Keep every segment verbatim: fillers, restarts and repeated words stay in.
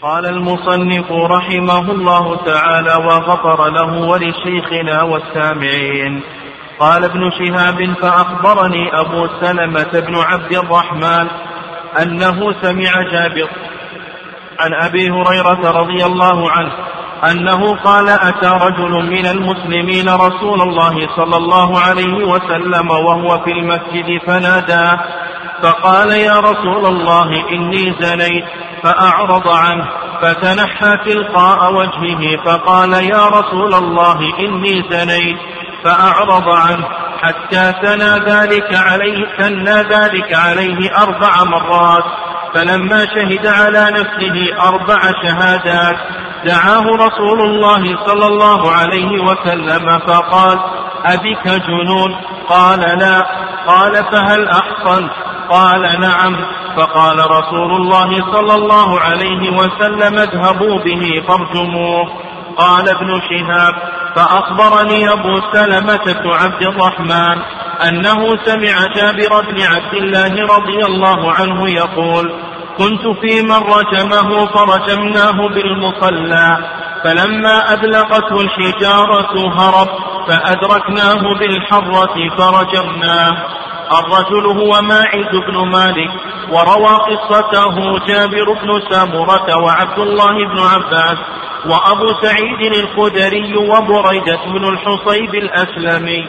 قال المصنف رحمه الله تعالى وغفر له ولشيخنا والسامعين. قال ابن شهاب فأخبرني أبو سلمة بن عبد الرحمن أنه سمع جابر عن أبي هريرة رضي الله عنه أنه قال أتى رجل من المسلمين رسول الله صلى الله عليه وسلم وهو في المسجد فناداه فقال يا رسول الله إني زنيت، فأعرض عنه فتنحى تلقاء وجهه فقال يا رسول الله إني زنيت، فأعرض عنه حتى ثنى ذلك عليه, ثنى ذلك عليه أربع مرات، فلما شهد على نفسه أربع شهادات دعاه رسول الله صلى الله عليه وسلم فقال أبك جنون؟ قال لا. قال فهل أحصنت؟ قال نعم. فقال رسول الله صلى الله عليه وسلم اذهبوا به فارجموه. قال ابن شهاب فأخبرني أبو سلمة بن عبد الرحمن أنه سمع جابر بن عبد الله رضي الله عنه يقول كنت في من رجمه فرجمناه بالمصلى، فلما أبلغته الحجارة هرب فأدركناه بالحرة فرجمناه. الرجل هو ماعز بن مالك، وروى قصته جابر بن سامرة وعبد الله بن عباس وأبو سعيد الخدري وبريدة بن الحصيب الأسلمي.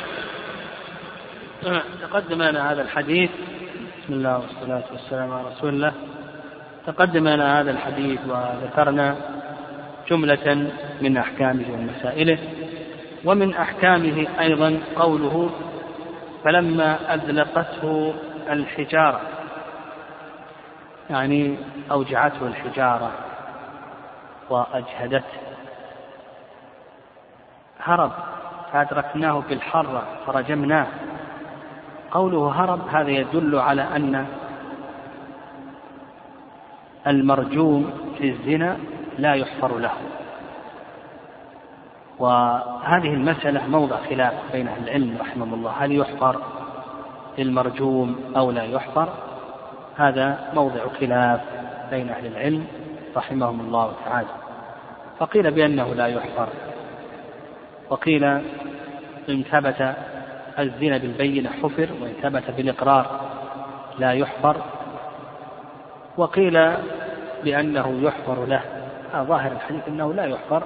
تقدم لنا هذا الحديث. بسم الله والصلاة والسلام على رسول الله. تقدم لنا هذا الحديث وذكرنا جملة من أحكامه ومسائله، ومن أحكامه أيضا قوله فلما أذلقته الحجارة، يعني أوجعته الحجارة وأجهدته، هرب فأدركناه بالحرة فرجمناه. قوله هرب هذا يدل على أن المرجوم في الزنا لا يحفر له، وهذه المسألة موضع خلاف بين أهل العلم رحمه الله، هل يحفر للمرجوم أو لا يحفر؟ هذا موضع خلاف بين أهل العلم رحمهم الله تعالى. فقيل بأنه لا يحفر، وقيل إن ثبت الزنا بالبينة حفر، وإن ثبت بالإقرار لا يحفر، وقيل بأنه يحفر له. ظاهر الحديث أنه لا يحفر،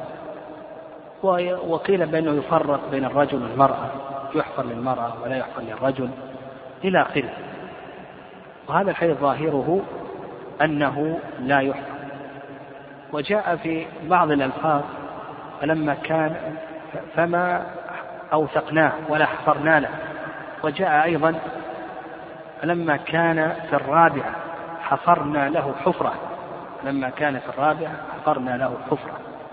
وقيل بأنه يفرق بين الرجل والمرأة، يحفر للمرأة ولا يحفر للرجل إلى آخره. وهذا الحديث ظاهره أنه لا يحفر. وجاء في بعض الألفاظ فلما كان فما أوثقناه ولا حفرنا له، وجاء أيضا فلما كان في الرابعة حفرنا له حفرة، لما كان في الرابعة حفرنا له حفرة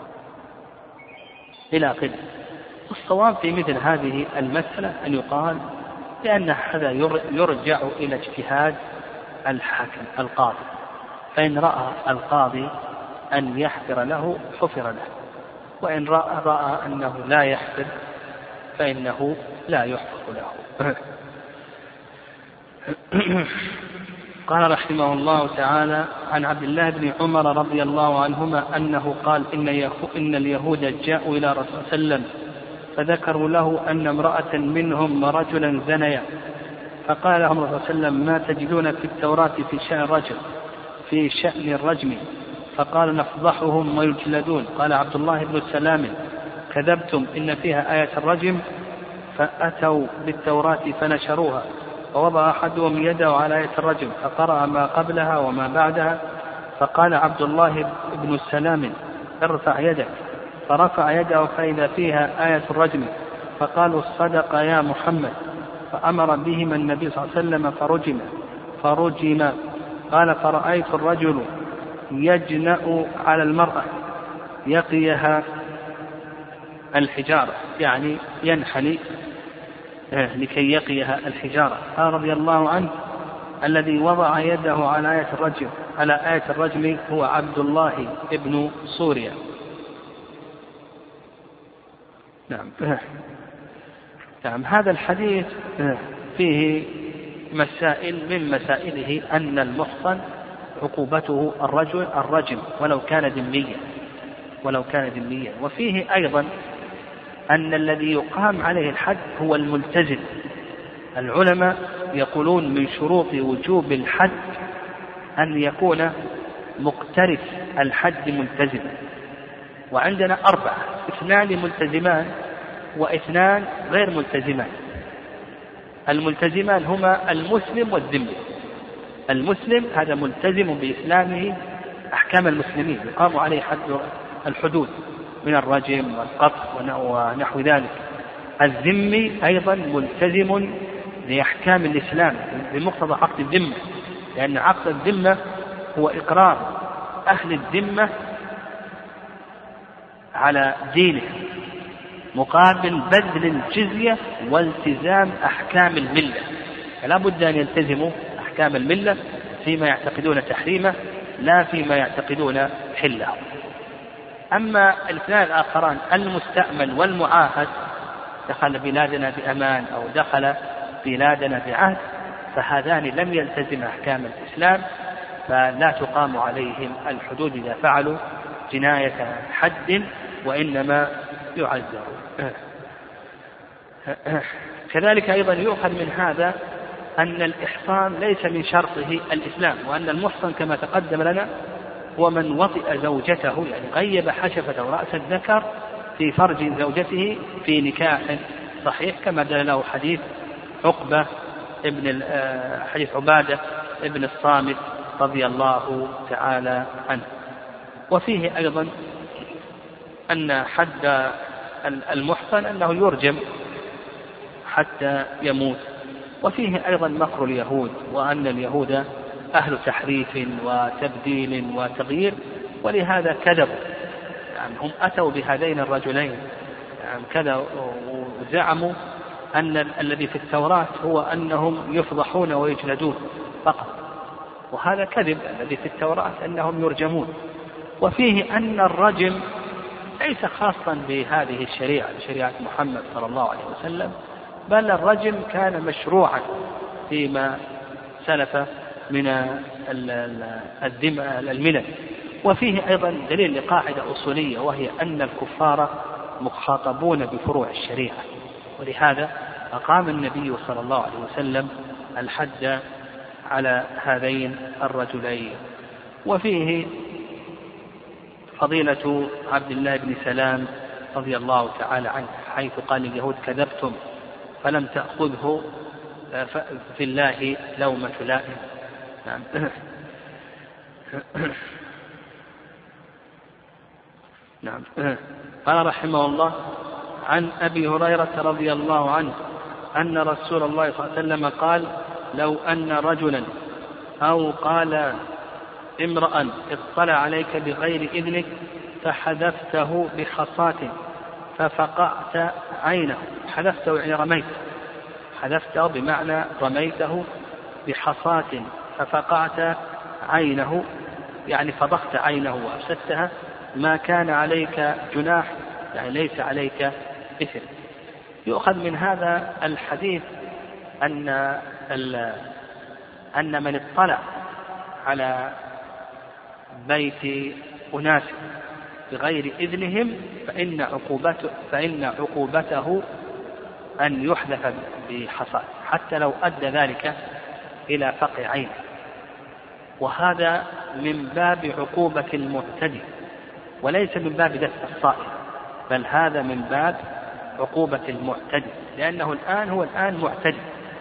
إلى آخره. الصواب في مثل هذه المسألة أن يقال لأن هذا يرجع إلى اجتهاد الحاكم القاضي، فإن رأى القاضي أن يحفر له حفر له، وإن رأى, رأى أنه لا يحفر فإنه لا يحفر له. قال رحمه الله تعالى عن عبد الله بن عمر رضي الله عنهما أنه قال إن اليهود جاءوا إلى رسول الله صلى الله عليه وسلم فذكروا له أن امرأة منهم ورجلا زنيا، فقال لهم الرسول صلى الله عليه وسلم ما تجدون في التوراة في شأن الرجل في شأن الرجم؟ فقال نفضحهم ويجلدون. قال عبد الله بن السلام كذبتم إن فيها آية الرجم، فأتوا بالتوراة فنشروها، فوضع أحدهم يده على آية الرجم فقرأ ما قبلها وما بعدها، فقال عبد الله بن السلام ارفع يدك، فرفع يده فإذا فيها آية الرجم، فقالوا صدق يا محمد، فأمر بهما النبي صلى الله عليه وسلم فرجم فرجم قال فرأيت الرجل يجنأ على المرأة يقيها الحجارة، يعني ينحني لكي يقيها الحجارة. قال رضي الله عنه الذي وضع يده على آية الرجم على آية الرجم هو عبد الله ابن سوريا. نعم. نعم. هذا الحديث فيه مسائل، من مسائله أن المحصن عقوبته الرجل الرجم ولو كان ذميا ولو كان ذميا. وفيه أيضا أن الذي يقام عليه الحد هو الملتزم. العلماء يقولون من شروط وجوب الحد أن يكون مقترف الحد ملتزما، وعندنا أربعة: اثنان ملتزمان واثنان غير ملتزمان. الملتزمان هما المسلم والذمي. المسلم هذا ملتزم بإسلامه أحكام المسلمين يقام عليه حد الحدود من الرجم والقطع ونحو ذلك. الذمي أيضا ملتزم لأحكام الإسلام بمقتضى عقد الذمة، لأن عقد الذمة هو إقرار أهل الذمة على دينه مقابل بذل الجزية والتزام أحكام الملة، فلا بد أن يلتزموا أحكام الملة فيما يعتقدون تحريمه لا فيما يعتقدون حله. أما الاثنان الآخران المستأمن والمعاهد دخل بلادنا بأمان أو دخل بلادنا بعهد، فهذان لم يلتزم أحكام الإسلام فلا تقام عليهم الحدود إذا فعلوا جناية حد، وإنما يعذرون. كذلك أيضا يؤخذ من هذا أن الإحصان ليس من شرطه الإسلام، وأن المحصن كما تقدم لنا هو من وطئ زوجته، يعني غيب حشفة رأس الذكر في فرج زوجته في نكاح صحيح، كما دل له حديث عقبة ابن حديث عبادة ابن الصامت رضي الله تعالى عنه. وفيه أيضا أن حد المحصن أنه يرجم حتى يموت. وفيه أيضا مكر اليهود، وأن اليهود أهل تحريف وتبديل وتغيير، ولهذا كذبوا، يعني هم أتوا بهذين الرجلين يعني كذا وزعموا أن الذي في التوراة هو أنهم يفضحون ويجلدون فقط، وهذا كذب. الذي في التوراة أنهم يرجمون. وفيه أن الرجم ليس خاصا بهذه الشريعة شريعة محمد صلى الله عليه وسلم، بل الرجم كان مشروعا فيما سلف من الملل. وفيه أيضا دليل لقاعدة أصولية، وهي أن الكفار مخاطبون بفروع الشريعة، ولهذا أقام النبي صلى الله عليه وسلم الحد على هذين الرجلين. وفيه فضيلة عبد الله بن سلام رضي الله تعالى عنه حيث قال اليهود كذبتم فلم تأخذه في الله لومة لائم. نعم. نعم. قال رحمه الله: عن أبي هريرة رضي الله عنه أن رسول الله صلى الله عليه وسلم قال: لو أن رجلا أو قال امرأ اطلع عليك بغير إذنك فحذفته بحصاة ففقعت عينه. حذفته يعني رميت، حذفته بمعنى رميته بحصاة ففقعت عينه، يعني فضخت عينه وأفسدتها، ما كان عليك جناح، يعني ليس عليك إثم. يؤخذ من هذا الحديث أن أن من اطلع على بيت أناس بغير إذنهم فإن عقوبته, فإن عقوبته أن يحذف بحصاة حتى لو أدى ذلك إلى فقع عينه. وهذا من باب عقوبة المعتدي وليس من باب دفع الصائل، بل هذا من باب عقوبة المعتدي، لأنه الآن هو الآن معتدي،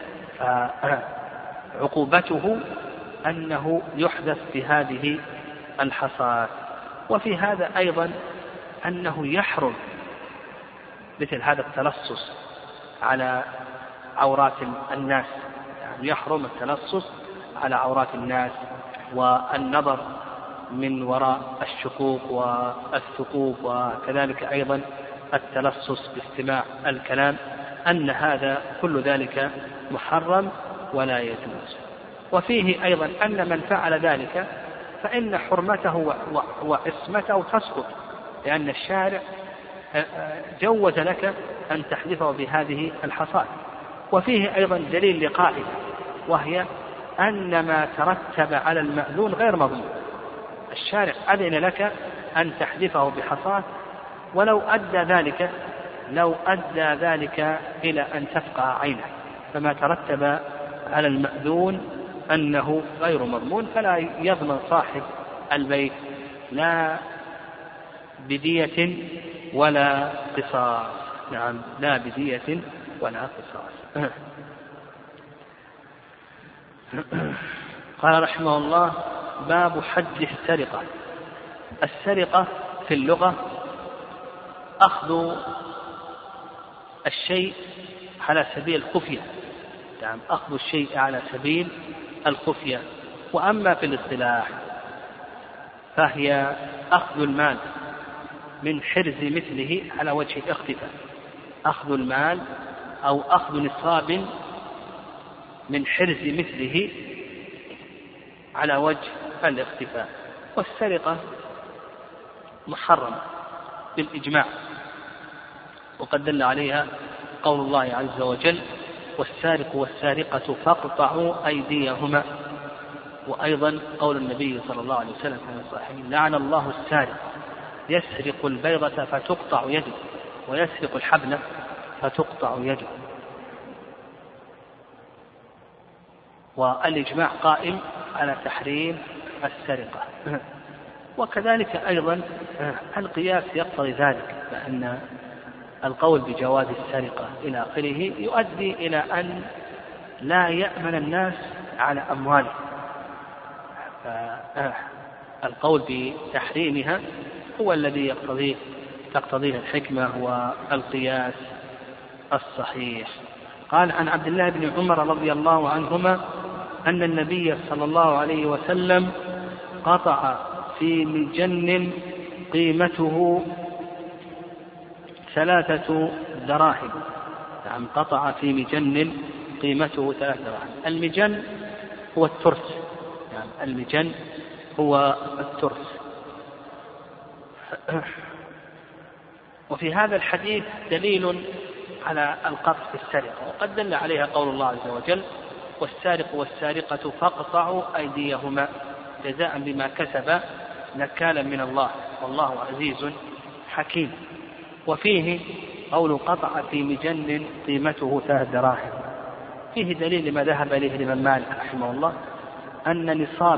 فعقوبته أنه يحدث بهذه الحصاة. وفي هذا أيضا أنه يحرم مثل هذا التلصص على عورات الناس، يعني يحرم التلصص على عورات الناس والنظر من وراء الشقوق والثقوب، وكذلك أيضا التلصص باستماع الكلام، أن هذا كل ذلك محرم ولا يجوز. وفيه أيضا أن من فعل ذلك فإن حرمته وعصمته تسقط، لأن الشارع جوز لك أن تحذفه بهذه الحصاة. وفيه أيضا دليل لقاعدة، وهي أن ما ترتب على المأذون غير مضمون. الشارع أذن لك أن تحذفه بحصاة ولو أدى ذلك لو أدى ذلك إلى أن تفقع عينه، فما ترتب على المأذون أنه غير مضمون، فلا يضمن صاحب البيت لا بدية ولا قصاص. نعم، لا بدية ولا قصاص. قال رحمه الله: باب حد السرقة. السرقة في اللغة أخذ الشيء على سبيل الخفية، نعم، أخذ الشيء على سبيل الخفية. وأما في الاصطلاح فهي أخذ المال من حرز مثله على وجه الاختفاء، أخذ المال أو أخذ نصاب من حرز مثله على وجه الاختفاء. والسرقة محرمة بالإجماع، وقد دل عليها قول الله عز وجل: والسارق والسارقة فاقطعوا أيديهما. وأيضا قول النبي صلى الله عليه وسلم في الصحيح: لعن الله السارق يسرق البيضة فتقطع يده ويسرق الحبل فتقطع يده. والإجماع قائم على تحريم السرقة. وكذلك أيضا القياس يقتضي ذلك، فإن القول بجواز السرقة إلى آخره يؤدي إلى أن لا يأمن الناس على أموالهم، فالقول بتحريمها هو الذي يقتضيه تقتضيه الحكمة والقياس الصحيح. قال: عن عبد الله بن عمر رضي الله عنهما أن النبي صلى الله عليه وسلم قطع في مجن قيمته ثلاثة دراهم. نعم، قطع في مجن قيمته ثلاثة دراهم. المجن هو الترس، يعني المجن هو الترس. وفي هذا الحديث دليل على القطع في السرقة، وقد دل عليها قول الله عز وجل: والسارق والسارقة فاقطعوا أيديهما جزاء بما كسب نكالا من الله والله عزيز حكيم. وفيه قول قطع في مجن قيمته ثلاث دراهم، فيه دليل لما ذهب إليه الإمام مالك رحمه الله، أن نصاب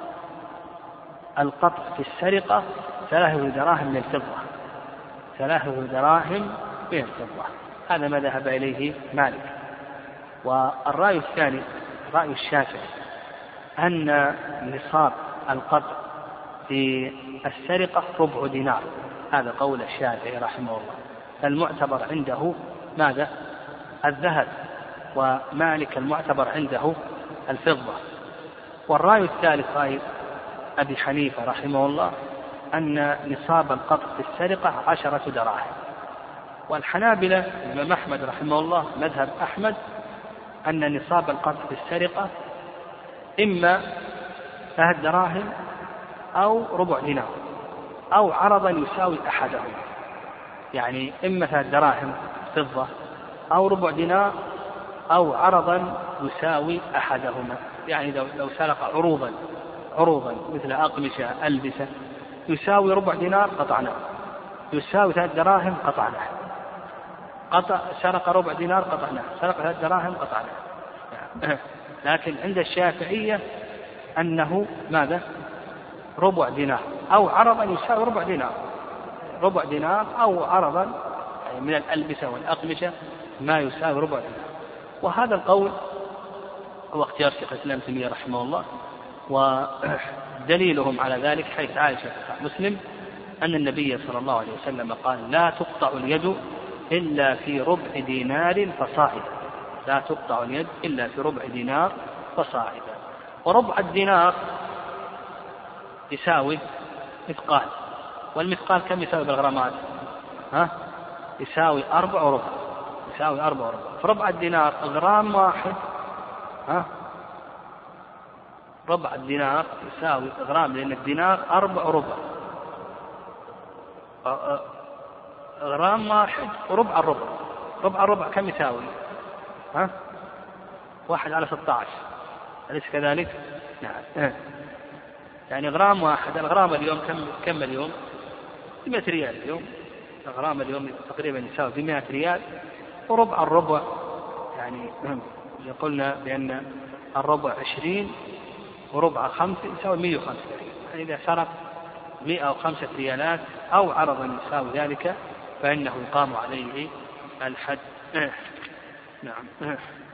القطع في السرقة ثلاثة دراهم من الفضة، ثلاثة دراهم من الفضة. هذا ما ذهب إليه مالك. والرأي الثاني رأي الشافعي أن نصاب القطع في السرقة ربع دينار، هذا قول الشافعي رحمه الله. المعتبر عنده ماذا؟ الذهب، ومالك المعتبر عنده الفضة. والرأي الثالث رأي أبي حنيفة رحمه الله أن نصاب القطع في السرقة عشرة دراهم. والحنابلة الإمام أحمد رحمه الله مذهب أحمد أن نصاب القطع في السرقة إما ثلاث دراهم أو ربع دينار أو عرضا يساوي أحدهم، يعني إما ثلاث دراهم فضة أو ربع دينار أو عرضا يساوي أحدهما. يعني لو سرق عروضا عروضا مثل أقمشة ألبسة يساوي ربع دينار قطعناه، يساوي ثلاث دراهم قطعناه، قطع سرق ربع دينار قطعناه، سرق ثلاث دراهم قطعناه. لكن عند الشافعية أنه ماذا؟ ربع دينار أو عرضا يساوي ربع دينار، ربع دينار أو عرضا من الألبسة والأقمشة ما يساوي ربع دينار. وهذا القول هو اختيار شيخ الإسلام ابن تيمية رحمه الله، ودليلهم على ذلك حيث عائشة مسلم أن النبي صلى الله عليه وسلم قال: لا تقطع اليد إلا في ربع دينار فصاعدا، لا تقطع اليد إلا في ربع دينار فصاعدا. وربع الدينار يساوي مثقال، والمثقال كم يساوي بالغرامات؟ ها؟ يساوي أربع وربع، يساوي أربع وربع. فربع الدينار غرام واحد، ها؟ ربع الدينار يساوي غرام، لأن الدينار أربع وربع، غرام واحد وربع الربع. ربع الربع كم يساوي؟ ها؟ واحد على ستة عشر، أليس كذلك؟ نعم. يعني غرام واحد، الغرام اليوم كم كم اليوم؟ بمئة ريال اليوم، الغرام اليوم تقريبا يساوي بمئة ريال، وربع الربع يعني قلنا بأن الربع عشرين وربع خمسة يساوي مئة وخمسة ريال. يعني إذا سرق مئة وخمسة ريالات أو عرضا يساوي ذلك فإنه يقام عليه الحد. نعم.